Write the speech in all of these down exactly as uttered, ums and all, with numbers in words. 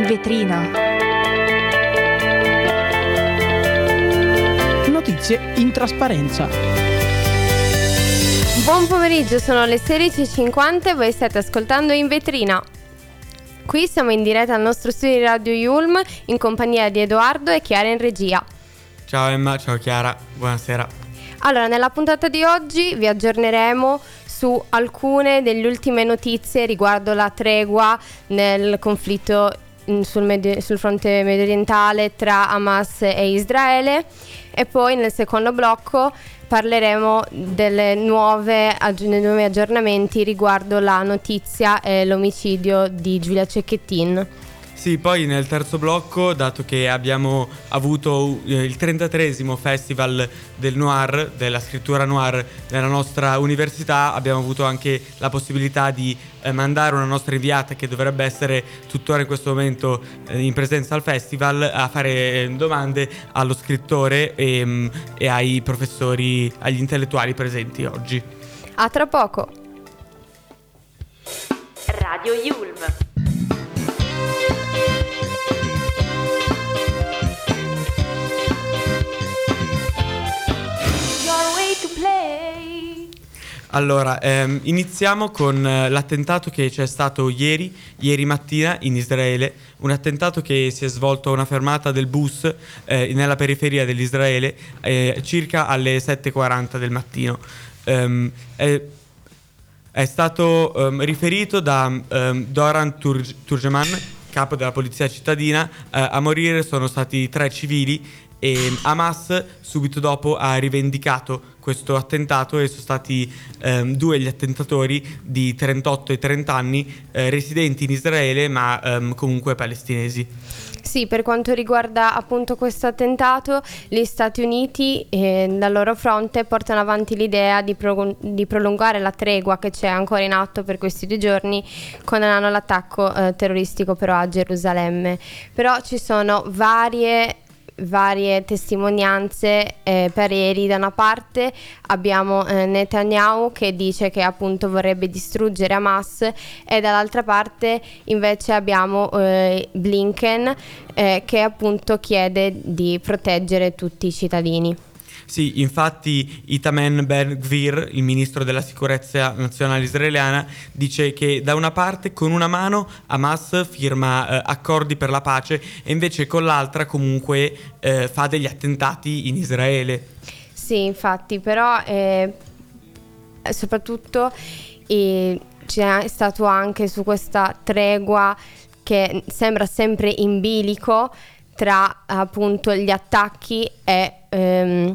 in vetrina. Notizie in trasparenza. Buon pomeriggio, sono le sedici e cinquanta e voi state ascoltando In Vetrina. Qui siamo in diretta al nostro studio di Radio Yulm in compagnia di Edoardo e Chiara in regia. Ciao Emma, ciao Chiara, buonasera. Allora, nella puntata di oggi vi aggiorneremo su alcune delle ultime notizie riguardo la tregua nel conflitto sul, medio, sul fronte medio orientale tra Hamas e Israele, e poi nel secondo blocco parleremo delle nuove, dei nuovi aggiornamenti riguardo la notizia e l'omicidio di Giulia Cecchettin. Sì, poi nel terzo blocco, dato che abbiamo avuto eh, il trentatreesimo Festival del Noir, della scrittura noir nella nostra università, abbiamo avuto anche la possibilità di eh, mandare una nostra inviata, che dovrebbe essere tuttora in questo momento eh, in presenza al festival, a fare eh, domande allo scrittore e, mh, e ai professori, agli intellettuali presenti oggi. A tra poco. Radio Yulm. Allora, ehm, iniziamo con eh, l'attentato che c'è stato ieri, ieri mattina in Israele, un attentato che si è svolto a una fermata del bus eh, nella periferia dell'Israele eh, circa alle sette e quaranta del mattino. Um, è, è stato um, riferito da um, Doran Turj- Turgeman, capo della polizia cittadina. Uh, a morire sono stati tre civili, e Hamas subito dopo ha rivendicato questo attentato e sono stati ehm, due gli attentatori di trentotto e trenta anni, eh, residenti in Israele ma ehm, comunque palestinesi. Sì, per quanto riguarda appunto questo attentato, gli Stati Uniti eh, dal loro fronte portano avanti l'idea di, pro- di prolungare la tregua che c'è ancora in atto per questi due giorni, condanando l'attacco eh, terroristico però a Gerusalemme. Però ci sono varie varie testimonianze e eh, pareri. Da una parte abbiamo eh, Netanyahu che dice che appunto vorrebbe distruggere Hamas, e dall'altra parte invece abbiamo eh, Blinken eh, che appunto chiede di proteggere tutti i cittadini. Sì, infatti Itamar Ben-Gvir, il ministro della sicurezza nazionale israeliana, dice che da una parte con una mano Hamas firma eh, accordi per la pace e invece con l'altra comunque eh, fa degli attentati in Israele. Sì, infatti, però eh, soprattutto eh, c'è stato anche su questa tregua che sembra sempre in bilico tra appunto gli attacchi e ehm,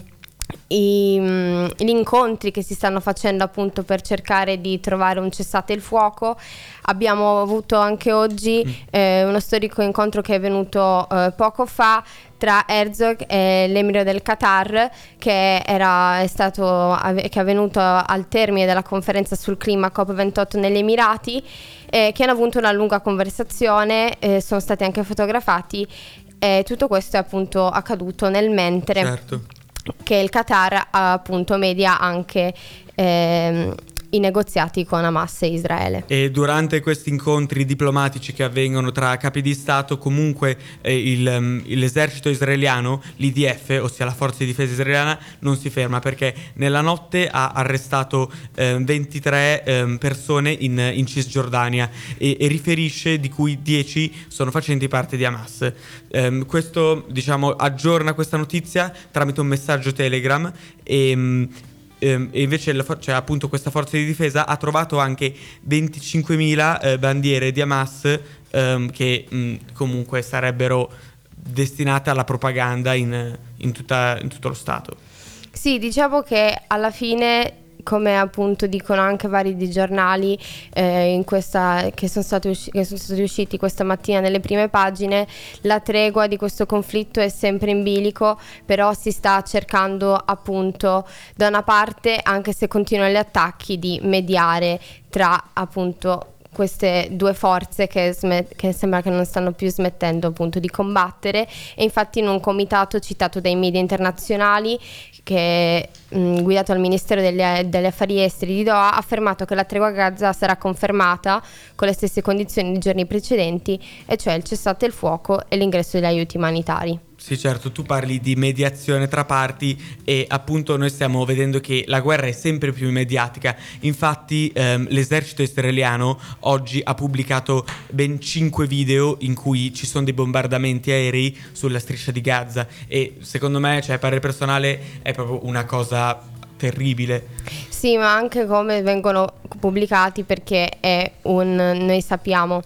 I, gli incontri che si stanno facendo appunto per cercare di trovare un cessate il fuoco. Abbiamo avuto anche oggi eh, uno storico incontro che è venuto eh, poco fa tra Herzog e l'emiro del Qatar, che era è stato che è avvenuto al termine della conferenza sul clima COP ventotto negli Emirati, eh, che hanno avuto una lunga conversazione, eh, sono stati anche fotografati, e tutto questo è appunto accaduto nel mentre Certo. che il Qatar appunto media anche ehm, i negoziati con Hamas e Israele. E durante questi incontri diplomatici che avvengono tra capi di Stato, comunque eh, il, um, l'esercito israeliano, l'I D F, ossia la forza di difesa israeliana, non si ferma, perché nella notte ha arrestato eh, ventitré eh, persone in, in Cisgiordania e, e riferisce di cui dieci sono facenti parte di Hamas. Eh, questo, diciamo, aggiorna questa notizia tramite un messaggio Telegram e... E invece la for- cioè, appunto questa forza di difesa ha trovato anche venticinquemila eh, bandiere di Hamas ehm, che mh, comunque sarebbero destinate alla propaganda in, in, tutta, in tutto lo Stato. Sì, diciamo che alla fine, come appunto dicono anche vari di giornali eh, in questa, che, sono stati usci- che sono stati usciti questa mattina nelle prime pagine, la tregua di questo conflitto è sempre in bilico, però si sta cercando appunto da una parte, anche se continuano gli attacchi, di mediare tra appunto queste due forze che, smet- che sembra che non stanno più smettendo appunto di combattere. E infatti in un comitato citato dai media internazionali che mh, guidato dal Ministero degli, degli Affari Esteri di Doha, ha affermato che la tregua a Gaza sarà confermata con le stesse condizioni dei giorni precedenti, e cioè il cessate il fuoco e l'ingresso degli aiuti umanitari. Sì, certo, tu parli di mediazione tra parti e appunto noi stiamo vedendo che la guerra è sempre più mediatica. Infatti ehm, l'esercito israeliano oggi ha pubblicato ben cinque video in cui ci sono dei bombardamenti aerei sulla striscia di Gaza, e secondo me, cioè, parere personale, è proprio una cosa terribile. Sì, ma anche come vengono pubblicati, perché è un, noi sappiamo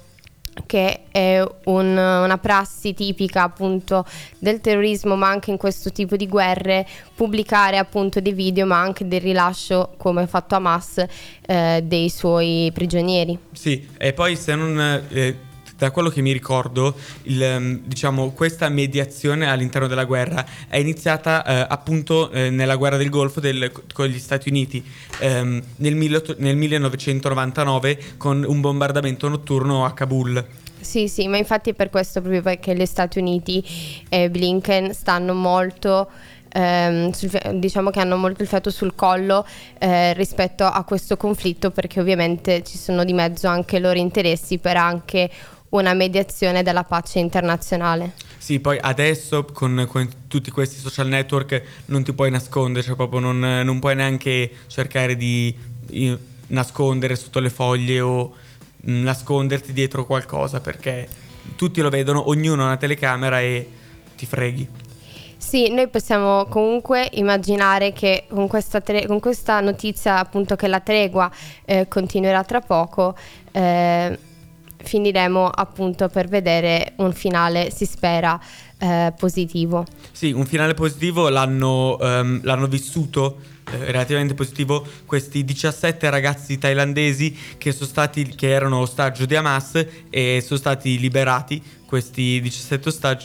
che è un, una prassi tipica appunto del terrorismo, ma anche in questo tipo di guerre, pubblicare appunto dei video, ma anche del rilascio, come ha fatto Hamas, eh, dei suoi prigionieri. Sì, e poi se non... Eh, da quello che mi ricordo, il, diciamo, questa mediazione all'interno della guerra è iniziata eh, appunto eh, nella guerra del Golfo del, con gli Stati Uniti ehm, nel, nel millenovecentonovantanove, con un bombardamento notturno a Kabul. Sì, sì, ma infatti è per questo, proprio perché gli Stati Uniti e Blinken stanno molto... Ehm, sul, diciamo che hanno molto il fiato sul collo eh, rispetto a questo conflitto, perché ovviamente ci sono di mezzo anche i loro interessi per anche una mediazione della pace internazionale. Sì, poi adesso con, con tutti questi social network non ti puoi nascondere, cioè proprio non, non puoi neanche cercare di, di nascondere sotto le foglie o mh, nasconderti dietro qualcosa, perché tutti lo vedono, ognuno ha una telecamera e ti freghi. Sì, noi possiamo comunque immaginare che con questa, tre- con questa notizia appunto che la tregua eh, continuerà tra poco, eh, finiremo appunto per vedere un finale, si spera, eh, positivo. Sì, un finale positivo l'hanno, um, l'hanno vissuto eh, relativamente positivo questi diciassette ragazzi thailandesi che sono stati, che erano ostaggio di Hamas, e sono stati liberati questi diciassette ostaggi,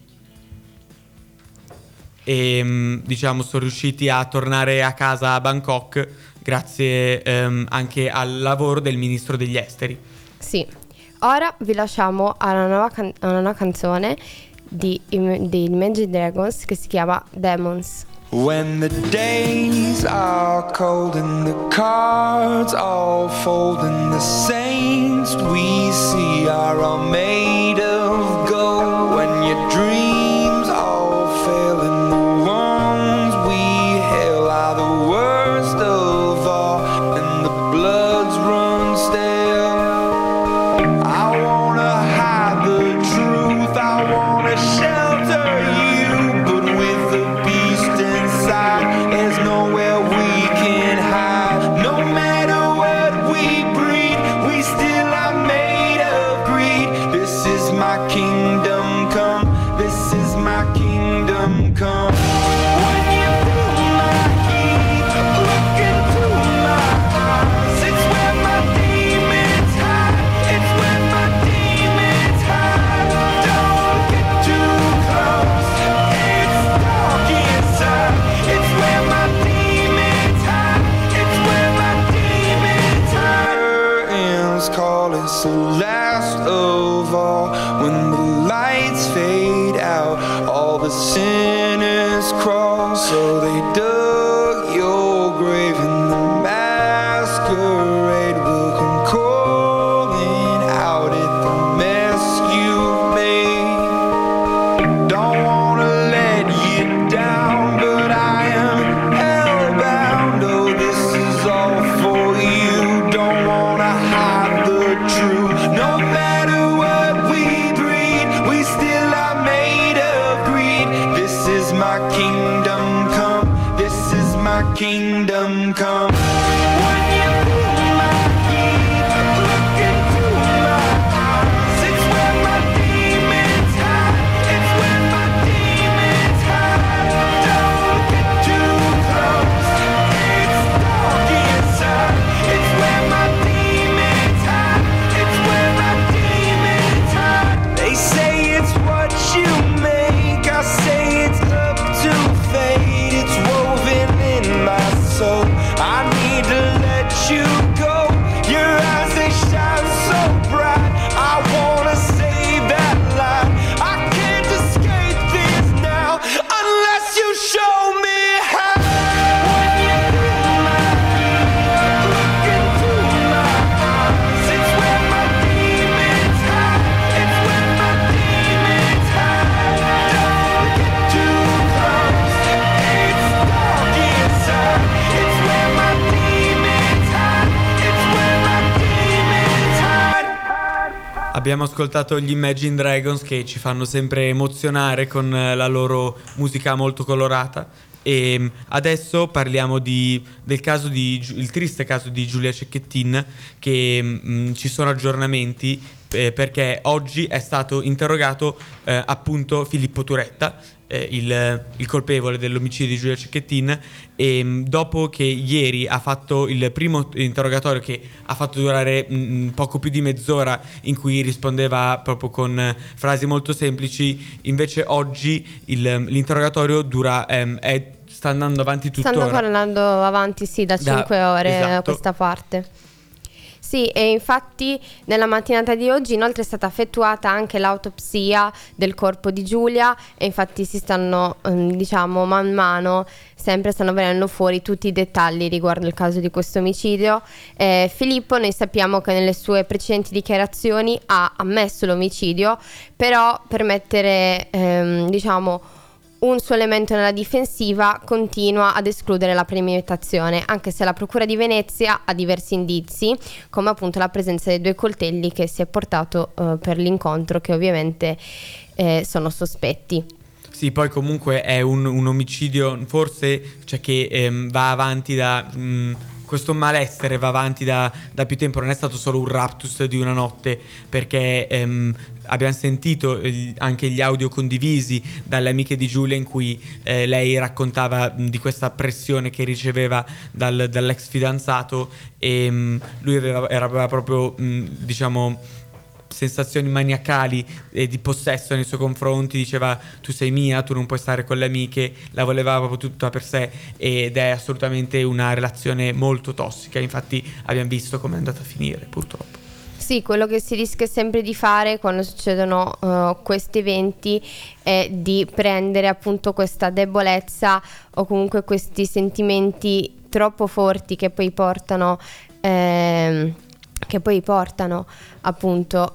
e diciamo sono riusciti a tornare a casa a Bangkok grazie um, anche al lavoro del ministro degli esteri. Sì. Ora vi lasciamo a una nuova, can- a una nuova canzone di, di Imagine Dragons che si chiama Demons. When the days are cold and the cards all fold and the saints we see are all made of gold, when your dreams all fail and the ones we hail are the worst of all and the bloods run stale. I wanna hide the truth, I wanna shelter you, but with the beast inside, there's nowhere we can hide. No matter what we breed, we still are made of greed. This is my kingdom come, this is my kingdom come. When you feel my heat, look into my eyes, it's where my demons hide, it's where my demons hide. Don't get too close, it's dark inside, it's where my demons hide, it's where my demons hide. Curtains call, it's the last of all. When the lights fade out, all the sinners crawl. So they dug your grave and the masquerade will come calling out at the mess you made. Don't wanna let you down, but I am hellbound. Oh, this is all for you. Don't wanna hide the truth. No matter what we breed, we still are made of greed. This is my kingdom come, this is my kingdom come. When you feel my heat, look into my eyes, it's where my demons hide, it's where my demons hide. Don't get too close, it's dark inside, it's where my demons hide, it's where my demons hide. They say it's what you make, I say it's up to fate. It's woven in my soul, I need Abbiamo ascoltato gli Imagine Dragons, che ci fanno sempre emozionare con la loro musica molto colorata. E adesso parliamo di, del caso di il triste caso di Giulia Cecchettin, che mh, ci sono aggiornamenti eh, perché oggi è stato interrogato eh, appunto Filippo Turetta, eh, il, il colpevole dell'omicidio di Giulia Cecchettin, e mh, dopo che ieri ha fatto il primo interrogatorio, che ha fatto durare mh, poco più di mezz'ora, in cui rispondeva proprio con eh, frasi molto semplici, invece oggi il, l'interrogatorio dura ehm, è sta andando avanti tuttora. Stanno andando avanti, sì, da cinque ore esatto. a questa parte. Sì, e infatti nella mattinata di oggi inoltre è stata effettuata anche l'autopsia del corpo di Giulia, e infatti si stanno, diciamo, man mano sempre stanno venendo fuori tutti i dettagli riguardo il caso di questo omicidio. Eh, Filippo, noi sappiamo che nelle sue precedenti dichiarazioni ha ammesso l'omicidio, però per mettere, ehm, diciamo, un suo elemento nella difensiva continua ad escludere la premeditazione, anche se la Procura di Venezia ha diversi indizi, come appunto la presenza dei due coltelli che si è portato uh, per l'incontro, che ovviamente eh, sono sospetti. Sì, poi comunque è un, un omicidio forse, cioè, che ehm, va avanti da... Mh, questo malessere va avanti da, da più tempo, non è stato solo un raptus di una notte, perché ehm, abbiamo sentito eh, anche gli audio condivisi dalle amiche di Giulia, in cui eh, lei raccontava mh, di questa pressione che riceveva dal, dall'ex fidanzato, e mh, lui aveva, era, aveva proprio mh, diciamo sensazioni maniacali e di possesso nei suoi confronti, diceva tu sei mia, tu non puoi stare con le amiche, la voleva proprio tutta per sé, ed è assolutamente una relazione molto tossica. Infatti abbiamo visto come è andata a finire, purtroppo. Sì, quello che si rischia sempre di fare quando succedono uh, questi eventi è di prendere appunto questa debolezza o comunque questi sentimenti troppo forti che poi portano ehm, che poi portano appunto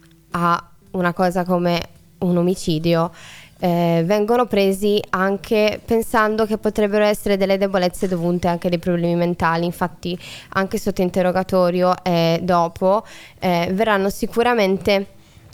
a una cosa come un omicidio, eh, vengono presi anche pensando che potrebbero essere delle debolezze dovute anche dei problemi mentali. Infatti anche sotto interrogatorio e dopo eh, verranno sicuramente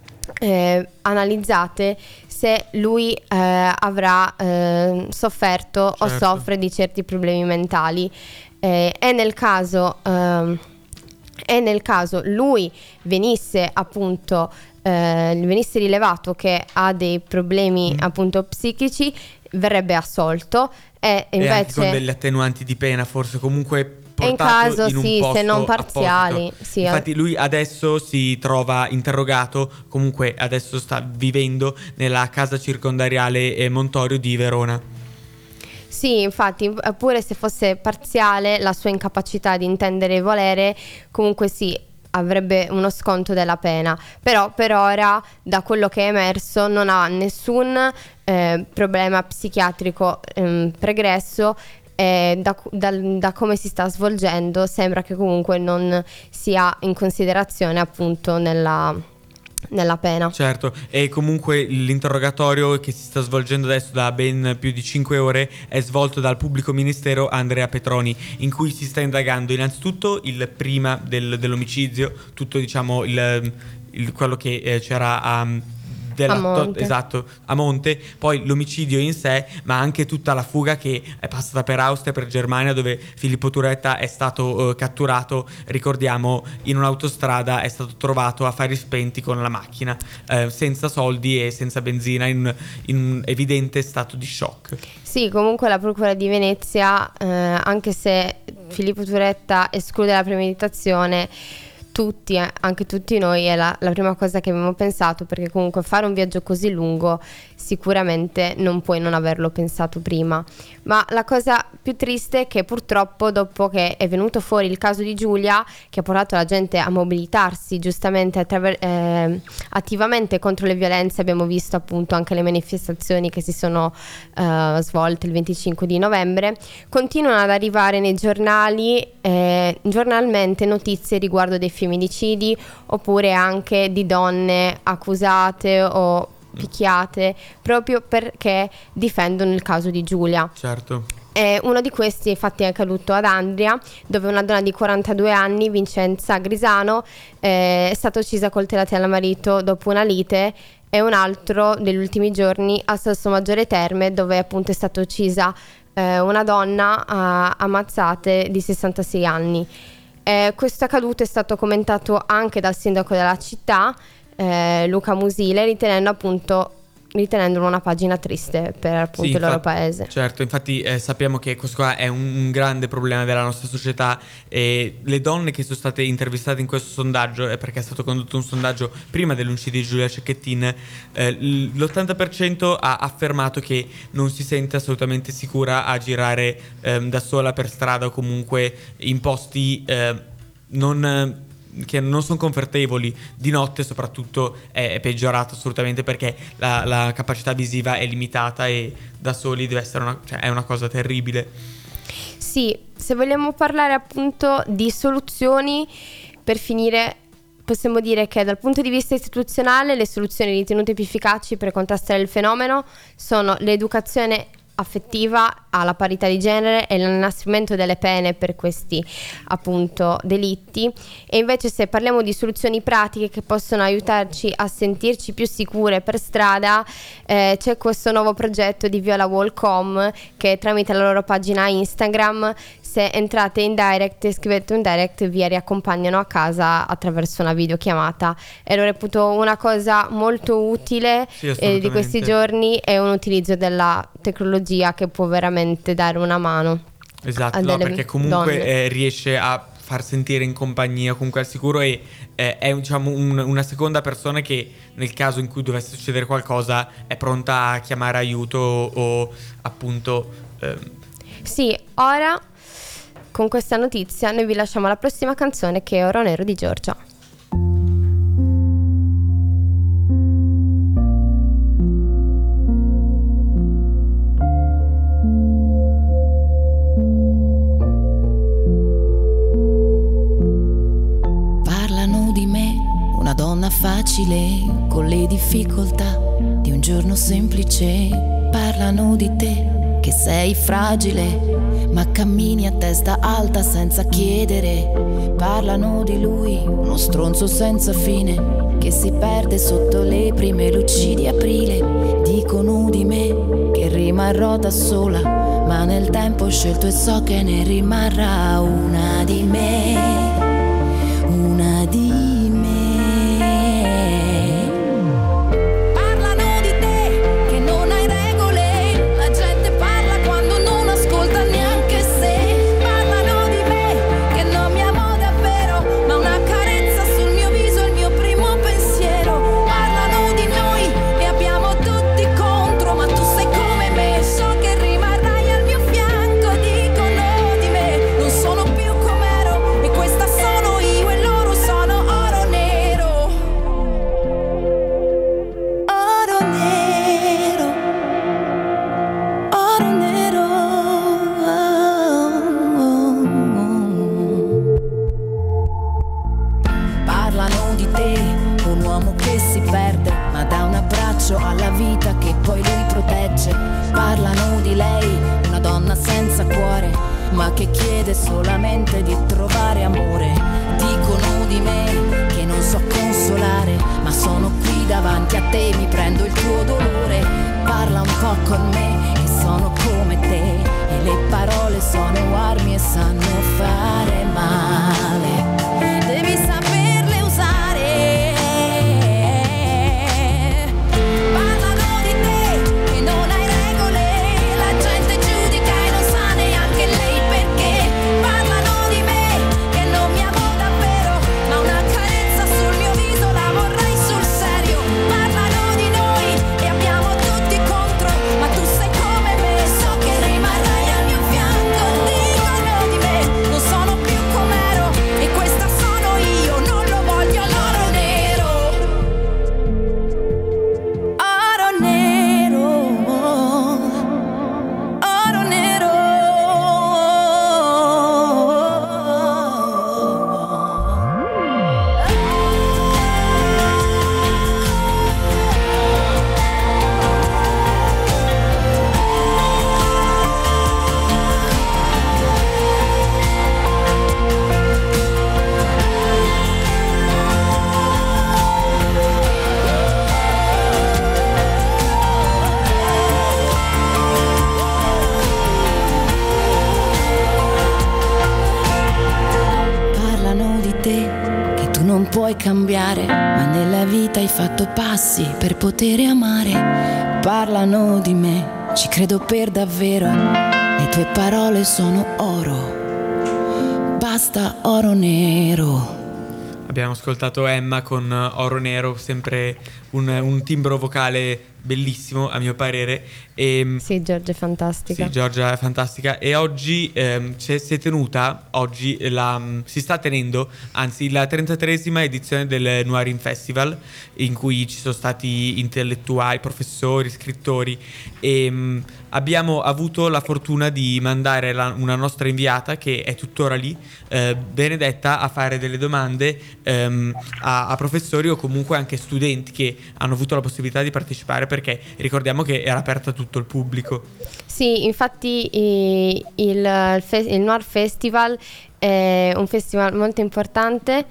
eh, analizzate se lui eh, avrà eh, sofferto certo. o soffre di certi problemi mentali, eh, e nel caso ehm, e nel caso lui venisse appunto eh, venisse rilevato che ha dei problemi mm. appunto psichici, verrebbe assolto, e invece e anche con delle attenuanti di pena, forse comunque portato in caso in un sì, posto se non parziali apposito. Sì, infatti lui adesso si trova interrogato, comunque adesso sta vivendo nella casa circondariale eh, Montorio di Verona. Sì, infatti, pure se fosse parziale la sua incapacità di intendere e volere, comunque sì, avrebbe uno sconto della pena. Però per ora, da quello che è emerso, non ha nessun eh, problema psichiatrico eh, pregresso, e da, da, da come si sta svolgendo sembra che comunque non sia in considerazione appunto nella... nella pena. Certo, e comunque l'interrogatorio che si sta svolgendo adesso da ben più di cinque ore è svolto dal pubblico ministero Andrea Petroni, in cui si sta indagando innanzitutto il prima del, dell'omicidio, tutto diciamo il, il quello che eh, c'era a della, a monte. To, esatto, a monte, poi l'omicidio in sé, ma anche tutta la fuga che è passata per Austria, per Germania, dove Filippo Turetta è stato uh, catturato, ricordiamo, in un'autostrada, è stato trovato a fari spenti con la macchina, uh, senza soldi e senza benzina, in, in un evidente stato di shock. Sì, comunque la Procura di Venezia, eh, anche se Filippo Turetta esclude la premeditazione, tutti, eh, anche tutti noi, è la, la prima cosa che abbiamo pensato, perché comunque fare un viaggio così lungo sicuramente non puoi non averlo pensato prima. Ma la cosa più triste è che purtroppo, dopo che è venuto fuori il caso di Giulia, che ha portato la gente a mobilitarsi giustamente attraver- eh, attivamente contro le violenze, abbiamo visto appunto anche le manifestazioni che si sono eh, svolte il venticinque di novembre, continuano ad arrivare nei giornali eh, giornalmente notizie riguardo dei femminicidi, oppure anche di donne accusate o picchiate proprio perché difendono il caso di Giulia. Certo. E uno di questi infatti è accaduto ad Andria, dove una donna di quarantadue anni, Vincenza Grisano, eh, è stata uccisa a coltellate dal marito dopo una lite, e un altro degli ultimi giorni a Salsomaggiore Terme, dove appunto è stata uccisa eh, una donna a ammazzate di sessantasei anni. Eh, questo accaduto è stato commentato anche dal sindaco della città, eh, Luca Musile, ritenendo appunto ritenendolo una pagina triste per appunto Sì, il loro infatti- paese. Certo, infatti eh, sappiamo che questo qua è un, un grande problema della nostra società, e le donne che sono state intervistate in questo sondaggio, è perché è stato condotto un sondaggio prima dell'omicidio di Giulia Cecchettin, eh, l- l'ottanta per cento ha affermato che non si sente assolutamente sicura a girare ehm, da sola per strada o comunque in posti eh, non... che non sono confortevoli di notte. Soprattutto è, è peggiorato assolutamente perché la, la capacità visiva è limitata e da soli deve essere una, cioè, è una cosa terribile. Sì, se vogliamo parlare appunto di soluzioni, per finire possiamo dire che dal punto di vista istituzionale le soluzioni ritenute più efficaci per contrastare il fenomeno sono l'educazione affettiva alla parità di genere e l'inasprimento delle pene per questi appunto delitti. E invece, se parliamo di soluzioni pratiche che possono aiutarci a sentirci più sicure per strada, eh, c'è questo nuovo progetto di Viola Wallcom, che tramite la loro pagina Instagram, se entrate in direct e scrivete un direct, vi riaccompagnano a casa attraverso una videochiamata, e lo reputo una cosa molto utile Sì, eh, di questi assolutamente. giorni, e un utilizzo della tecnologia che può veramente dare una mano. Esatto, a no, delle perché comunque donne. eh, riesce a far sentire in compagnia comunque al sicuro, e eh, è diciamo un- una seconda persona che nel caso in cui dovesse succedere qualcosa è pronta a chiamare aiuto o, o appunto ehm, Sì, ora con questa notizia noi vi lasciamo alla prossima canzone, che è Oro Nero di Giorgia. Parlano di me, una donna facile, con le difficoltà di un giorno semplice. Parlano di te, che sei fragile, ma cammini a testa alta senza chiedere. Parlano di lui, uno stronzo senza fine, che si perde sotto le prime luci di aprile. Dicono di me che rimarrò da sola, ma nel tempo ho scelto e so che ne rimarrà una di me, una di me. Parlano di te, che non hai regole, la gente parla quando non ascolta neanche se. Parlano di me, che non mi amo davvero, ma una carezza sul mio viso è il mio primo pensiero. Parlano di noi e abbiamo tutti contro, ma tu sei come me, so che rimarrai al mio fianco. Dicono di me, non sono più com'ero, e questa sono io e loro sono oro nero. Oro nero, oro nero. Parlano di te, un uomo che si perde, ma dà un abbraccio alla vita che poi lui protegge. Parlano di lei, una donna senza cuore, ma che chiede solamente di trovare amore. Dicono di me che non so consolare, ma sono qui davanti a te, mi prendo il tuo dolore. Parla un po' con me, che sono come te, e le parole sono armi e sanno fare male. Devi saperle usare. Parlano di te, che non hai regole, la gente giudica e non sa neanche lei perché. Parlano di me, che non mi amo davvero, ma una carezza sul mio viso la vorrei sul serio. Parlano di noi e abbiamo tutti contro, ma tu sei come me, so che rimarrai al mio fianco. Dicono di me, non sono più non puoi cambiare, ma nella vita hai fatto passi per poter amare. Parlano di me, ci credo per davvero, le tue parole sono oro, basta oro nero. Abbiamo ascoltato Emma con Oro Nero, sempre un, un timbro vocale bellissimo a mio parere. E, Sì, Giorgia è fantastica. Sì, Giorgia è fantastica. E oggi ehm, si, è, si è tenuta, oggi la, si sta tenendo, anzi la trentatreesima edizione del Noirin Festival, in cui ci sono stati intellettuali, professori, scrittori, e mh, abbiamo avuto la fortuna di mandare la, una nostra inviata, che è tuttora lì, eh, Benedetta, a fare delle domande ehm, a, a professori o comunque anche studenti che hanno avuto la possibilità di partecipare, perché ricordiamo che era aperta a tutto il pubblico. Sì, infatti eh, il, il, fe- il Noir Festival è un festival molto importante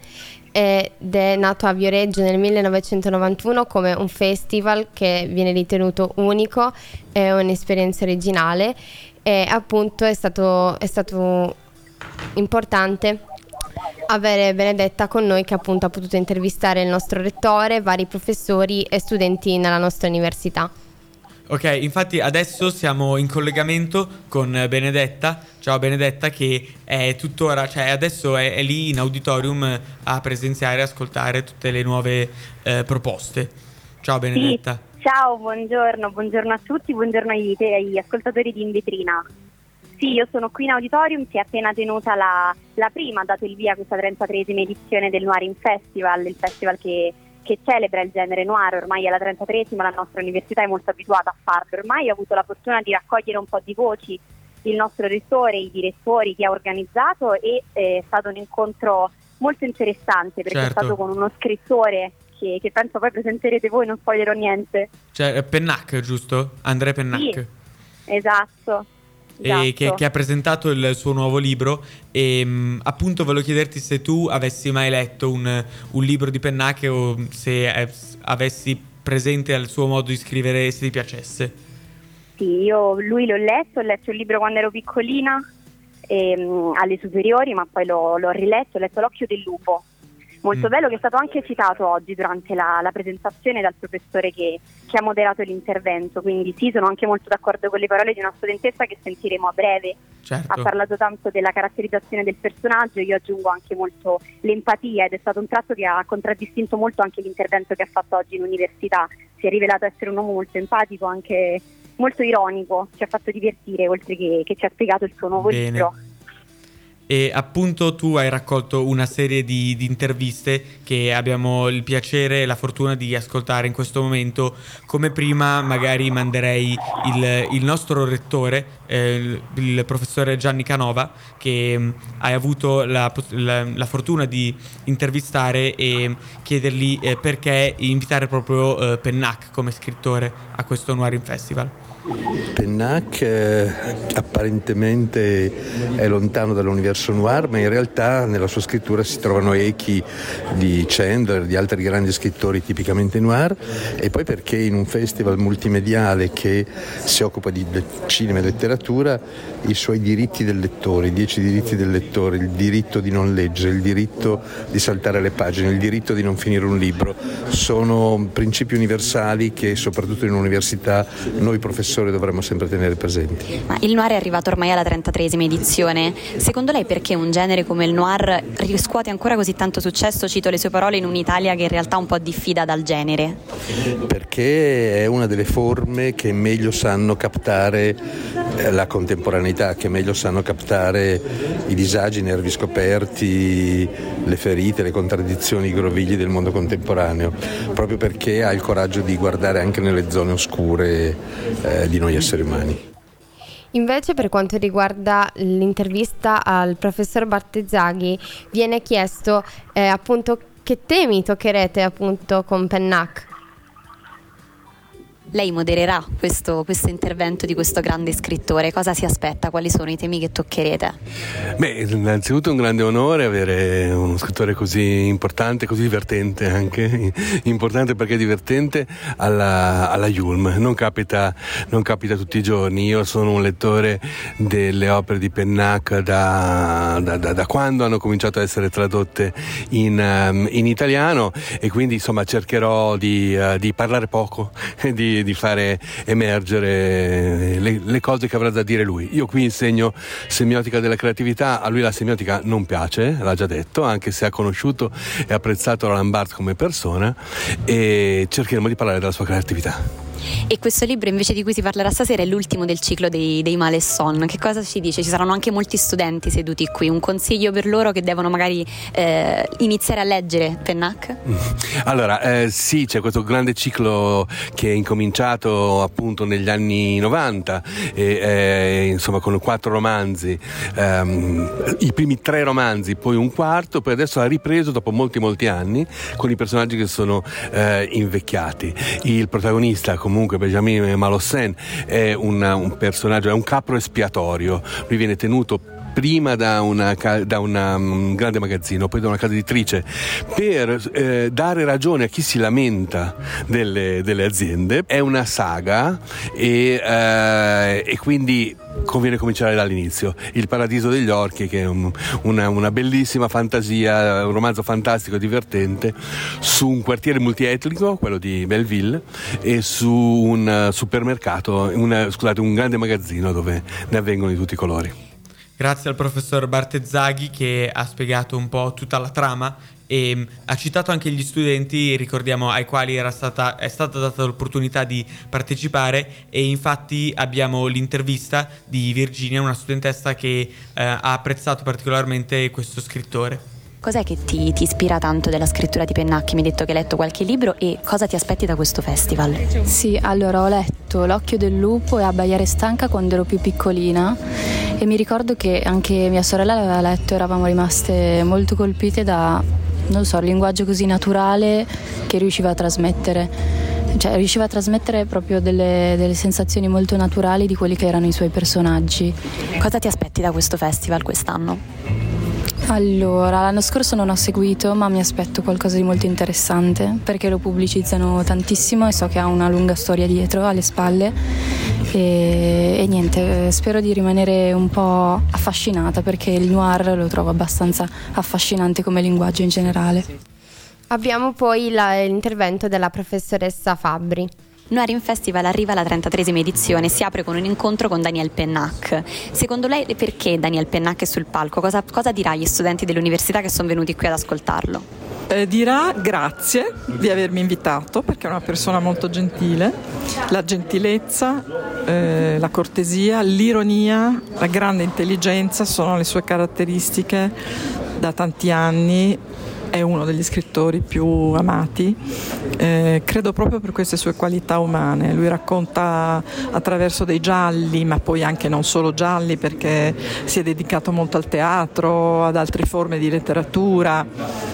ed è nato a Viareggio nel millenovecentonovantuno come un festival che viene ritenuto unico, è un'esperienza originale e appunto è stato, è stato importante avere Benedetta con noi, che appunto ha potuto intervistare il nostro rettore, vari professori e studenti nella nostra università. Ok, infatti adesso siamo in collegamento con Benedetta. Ciao Benedetta, che è tuttora, cioè adesso è, è lì in auditorium a presenziare e ascoltare tutte le nuove eh, proposte. Ciao Benedetta. Sì, ciao, buongiorno, buongiorno a tutti, buongiorno agli, agli ascoltatori di In Vetrina. Sì, io sono qui in auditorium, si è appena tenuta la, la prima, ha dato il via a questa trentatreesima edizione del Noirin Festival, il festival che, che celebra il genere noir. Ormai è la trentatreesima, la nostra università è molto abituata a farlo. Ormai ho avuto la fortuna di raccogliere un po' di voci, il nostro rettore, i direttori, chi ha organizzato, e eh, è stato un incontro molto interessante, perché Certo. è stato con uno scrittore che, che penso poi presenterete voi, non spoilerò niente. Cioè Pennac, giusto? André Pennac. Sì, esatto. E esatto. che, che ha presentato il suo nuovo libro. E mh, appunto volevo chiederti se tu avessi mai letto un, un libro di Pennac, o se eh, avessi presente al suo modo di scrivere, se ti piacesse. Sì, io lui l'ho letto, ho letto il libro quando ero piccolina, ehm, alle superiori, ma poi l'ho, l'ho riletto, ho letto L'occhio del lupo, molto Mm. bello, che è stato anche citato oggi durante la, la presentazione dal professore che, che ha moderato l'intervento. Quindi sì, sono anche molto d'accordo con le parole di una studentessa che sentiremo a breve. Certo. Ha parlato tanto della caratterizzazione del personaggio, io aggiungo anche molto l'empatia, ed è stato un tratto che ha contraddistinto molto anche l'intervento che ha fatto oggi in università. Si è rivelato essere un uomo molto empatico, anche molto ironico, ci ha fatto divertire, oltre che, che ci ha spiegato il suo nuovo Bene. libro. E appunto tu hai raccolto una serie di, di interviste che abbiamo il piacere e la fortuna di ascoltare in questo momento. Come prima magari manderei il, il nostro rettore, eh, il, il professore Gianni Canova, che mh, hai avuto la, la, la fortuna di intervistare, e chiedergli eh, perché invitare proprio eh, Pennac come scrittore a questo Noirin Festival. Pennac eh, apparentemente è lontano dall'universo noir, ma in realtà nella sua scrittura si trovano echi di Chandler, di altri grandi scrittori tipicamente noir, e poi perché in un festival multimediale che si occupa di cinema e letteratura, i suoi diritti del lettore, i dieci diritti del lettore, il diritto di non leggere, il diritto di saltare le pagine, il diritto di non finire un libro, sono principi universali che soprattutto in università noi professori dovremmo sempre tenere presenti. Ma il noir è arrivato ormai alla trentatreesima edizione. Secondo lei perché un genere come il noir riscuote ancora così tanto successo? Cito le sue parole, in un'Italia che in realtà un po' diffida dal genere. Perché è una delle forme che meglio sanno captare la contemporaneità, che meglio sanno captare i disagi, i nervi scoperti, le ferite, le contraddizioni, i grovigli del mondo contemporaneo, proprio perché ha il coraggio di guardare anche nelle zone oscure eh, di noi esseri umani. Invece, per quanto riguarda l'intervista al professor Bartezzaghi, viene chiesto eh, appunto che temi toccherete appunto con Pennac. Lei modererà questo, questo intervento di questo grande scrittore. Cosa si aspetta? Quali sono i temi che toccherete? Beh, innanzitutto è un grande onore avere uno scrittore così importante, così divertente anche, importante perché divertente alla, alla Yulm. Non capita, non capita tutti i giorni. Io sono un lettore delle opere di Pennac da, da, da, da quando hanno cominciato a essere tradotte in, um, in italiano, e quindi insomma cercherò di, uh, di parlare poco, di di fare emergere le, le cose che avrà da dire lui. Io qui insegno semiotica della creatività, a lui la semiotica non piace, l'ha già detto, anche se ha conosciuto e apprezzato Roland Barthes come persona, e cercheremo di parlare della sua creatività. E questo libro invece di cui si parlerà stasera è l'ultimo del ciclo dei, dei Malleson. Che cosa ci dice? Ci saranno anche molti studenti seduti qui, un consiglio per loro che devono magari eh, iniziare a leggere Pennac? Allora eh, sì, c'è questo grande ciclo che è incominciato appunto negli anni novanta, e, eh, insomma con quattro romanzi, ehm, i primi tre romanzi, poi un quarto, poi adesso ha ripreso dopo molti molti anni con i personaggi che sono eh, invecchiati. Il protagonista comunque Benjamin Malleson è un, un personaggio, è un capro espiatorio. Lui viene tenuto prima da, una, da una, un grande magazzino, poi da una casa editrice, per eh, dare ragione a chi si lamenta delle, delle aziende. È una saga e, eh, e quindi conviene cominciare dall'inizio. Il Paradiso degli Orchi, che è un, una, una bellissima fantasia, un romanzo fantastico e divertente su un quartiere multietnico, quello di Belleville, e su un supermercato, una, scusate, un grande magazzino dove ne avvengono di tutti i colori. Grazie al professor Bartezzaghi che ha spiegato un po' tutta la trama e mh, ha citato anche gli studenti, ricordiamo, ai quali era stata, è stata data l'opportunità di partecipare, e infatti abbiamo l'intervista di Virginia, una studentessa che eh, ha apprezzato particolarmente questo scrittore. Cos'è che ti, ti ispira tanto della scrittura di Pennac? Mi hai detto che hai letto qualche libro, e cosa ti aspetti da questo festival? Sì, allora ho letto L'occhio del lupo e Abbaiare stanca quando ero più piccolina, e mi ricordo che anche mia sorella l'aveva letto, eravamo rimaste molto colpite da, non so, il linguaggio così naturale che riusciva a trasmettere. Cioè riusciva a trasmettere proprio delle, delle sensazioni molto naturali di quelli che erano i suoi personaggi. Cosa ti aspetti da questo festival quest'anno? Allora, l'anno scorso non ho seguito, ma mi aspetto qualcosa di molto interessante perché lo pubblicizzano tantissimo e so che ha una lunga storia dietro, alle spalle, e, e niente, spero di rimanere un po' affascinata perché il noir lo trovo abbastanza affascinante come linguaggio in generale. Abbiamo poi la, l'intervento della professoressa Fabbri. Noirin Festival arriva alla trentatreesima edizione, si apre con un incontro con Daniel Pennac. Secondo lei perché Daniel Pennac è sul palco? Cosa, cosa dirà agli studenti dell'università che sono venuti qui ad ascoltarlo? Eh, dirà grazie di avermi invitato perché è una persona molto gentile. La gentilezza, eh, la cortesia, l'ironia, la grande intelligenza sono le sue caratteristiche da tanti anni. È uno degli scrittori più amati, eh, credo proprio per queste sue qualità umane. Lui racconta attraverso dei gialli, ma poi anche non solo gialli, perché si è dedicato molto al teatro, ad altre forme di letteratura.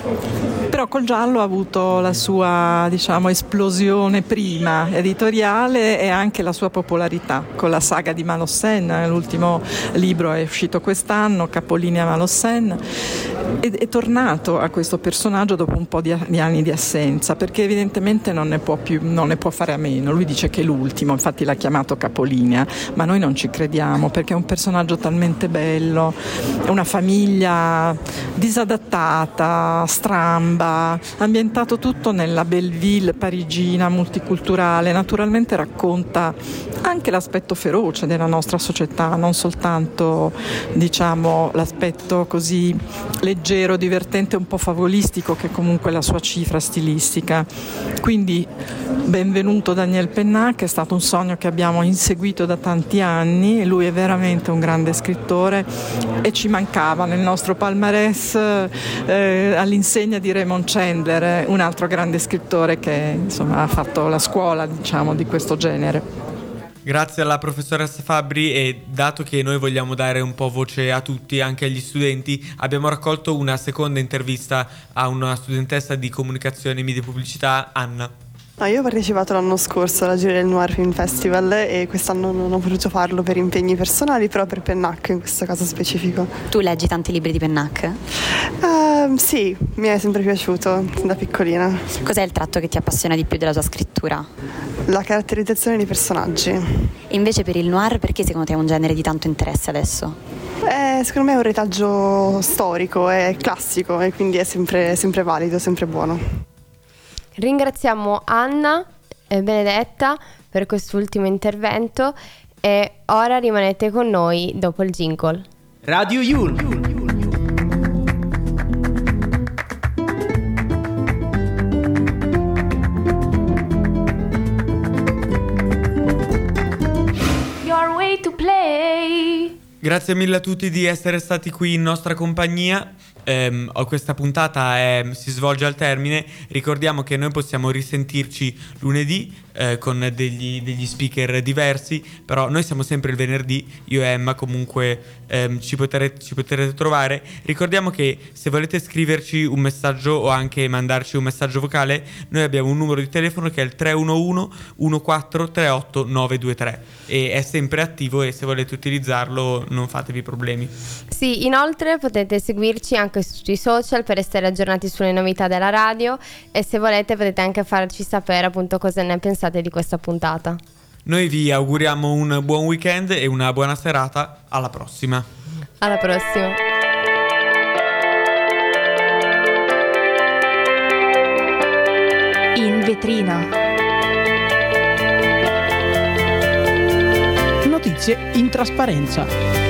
Però col giallo ha avuto la sua, diciamo, esplosione prima editoriale e anche la sua popolarità con la saga di Malleson. L'ultimo libro è uscito quest'anno, Capolinea Malleson. È, è tornato a questo personaggio dopo un po' di, di anni di assenza, perché evidentemente non ne può più, non ne può fare a meno. Lui dice che è l'ultimo, infatti l'ha chiamato Capolinea, ma noi non ci crediamo perché è un personaggio talmente bello, è una famiglia disadattata, stramba, ambientato tutto nella Belleville parigina multiculturale. Naturalmente racconta anche l'aspetto feroce della nostra società, non soltanto, diciamo, l'aspetto così leggero, divertente, un po' favolistico che comunque è la sua cifra stilistica. Quindi benvenuto Daniel Pennac, è stato un sogno che abbiamo inseguito da tanti anni, lui è veramente un grande scrittore e ci mancava nel nostro palmarès, eh, all'insegna di Raymond Chandler, un altro grande scrittore che insomma ha fatto la scuola, diciamo, di questo genere. Grazie alla professoressa Fabbri, e dato che noi vogliamo dare un po' voce a tutti, anche agli studenti, abbiamo raccolto una seconda intervista a una studentessa di comunicazione, media e pubblicità, Anna. No, io ho partecipato l'anno scorso alla Giuria del Noir Film Festival e quest'anno non ho potuto farlo per impegni personali, però per Pennac in questo caso specifico. Tu leggi tanti libri di Pennac? Uh, sì, mi è sempre piaciuto da piccolina. Cos'è il tratto che ti appassiona di più della sua scrittura? La caratterizzazione dei personaggi. E invece per il noir, perché secondo te è un genere di tanto interesse adesso? Eh, secondo me è un retaggio storico, è classico e quindi è sempre, sempre valido, sempre buono. Ringraziamo Anna e Benedetta per quest'ultimo intervento e ora rimanete con noi dopo il jingle. Radio Yul. Your way to play. Grazie mille a tutti di essere stati qui in nostra compagnia. Eh, questa puntata è, si svolge al termine. Ricordiamo che noi possiamo risentirci lunedì eh, con degli, degli speaker diversi, però noi siamo sempre il venerdì, io e Emma comunque ehm, ci, potrete, ci potrete trovare. Ricordiamo che se volete scriverci un messaggio o anche mandarci un messaggio vocale, noi abbiamo un numero di telefono che è il tre uno uno uno quattro tre otto nove due tre e è sempre attivo, e se volete utilizzarlo non fatevi problemi. Sì, inoltre potete seguirci anche sui social per essere aggiornati sulle novità della radio, e se volete potete anche farci sapere appunto cosa ne pensate di questa puntata. Noi vi auguriamo un buon weekend e una buona serata. Alla prossima. Alla prossima. In vetrina. Notizie in trasparenza.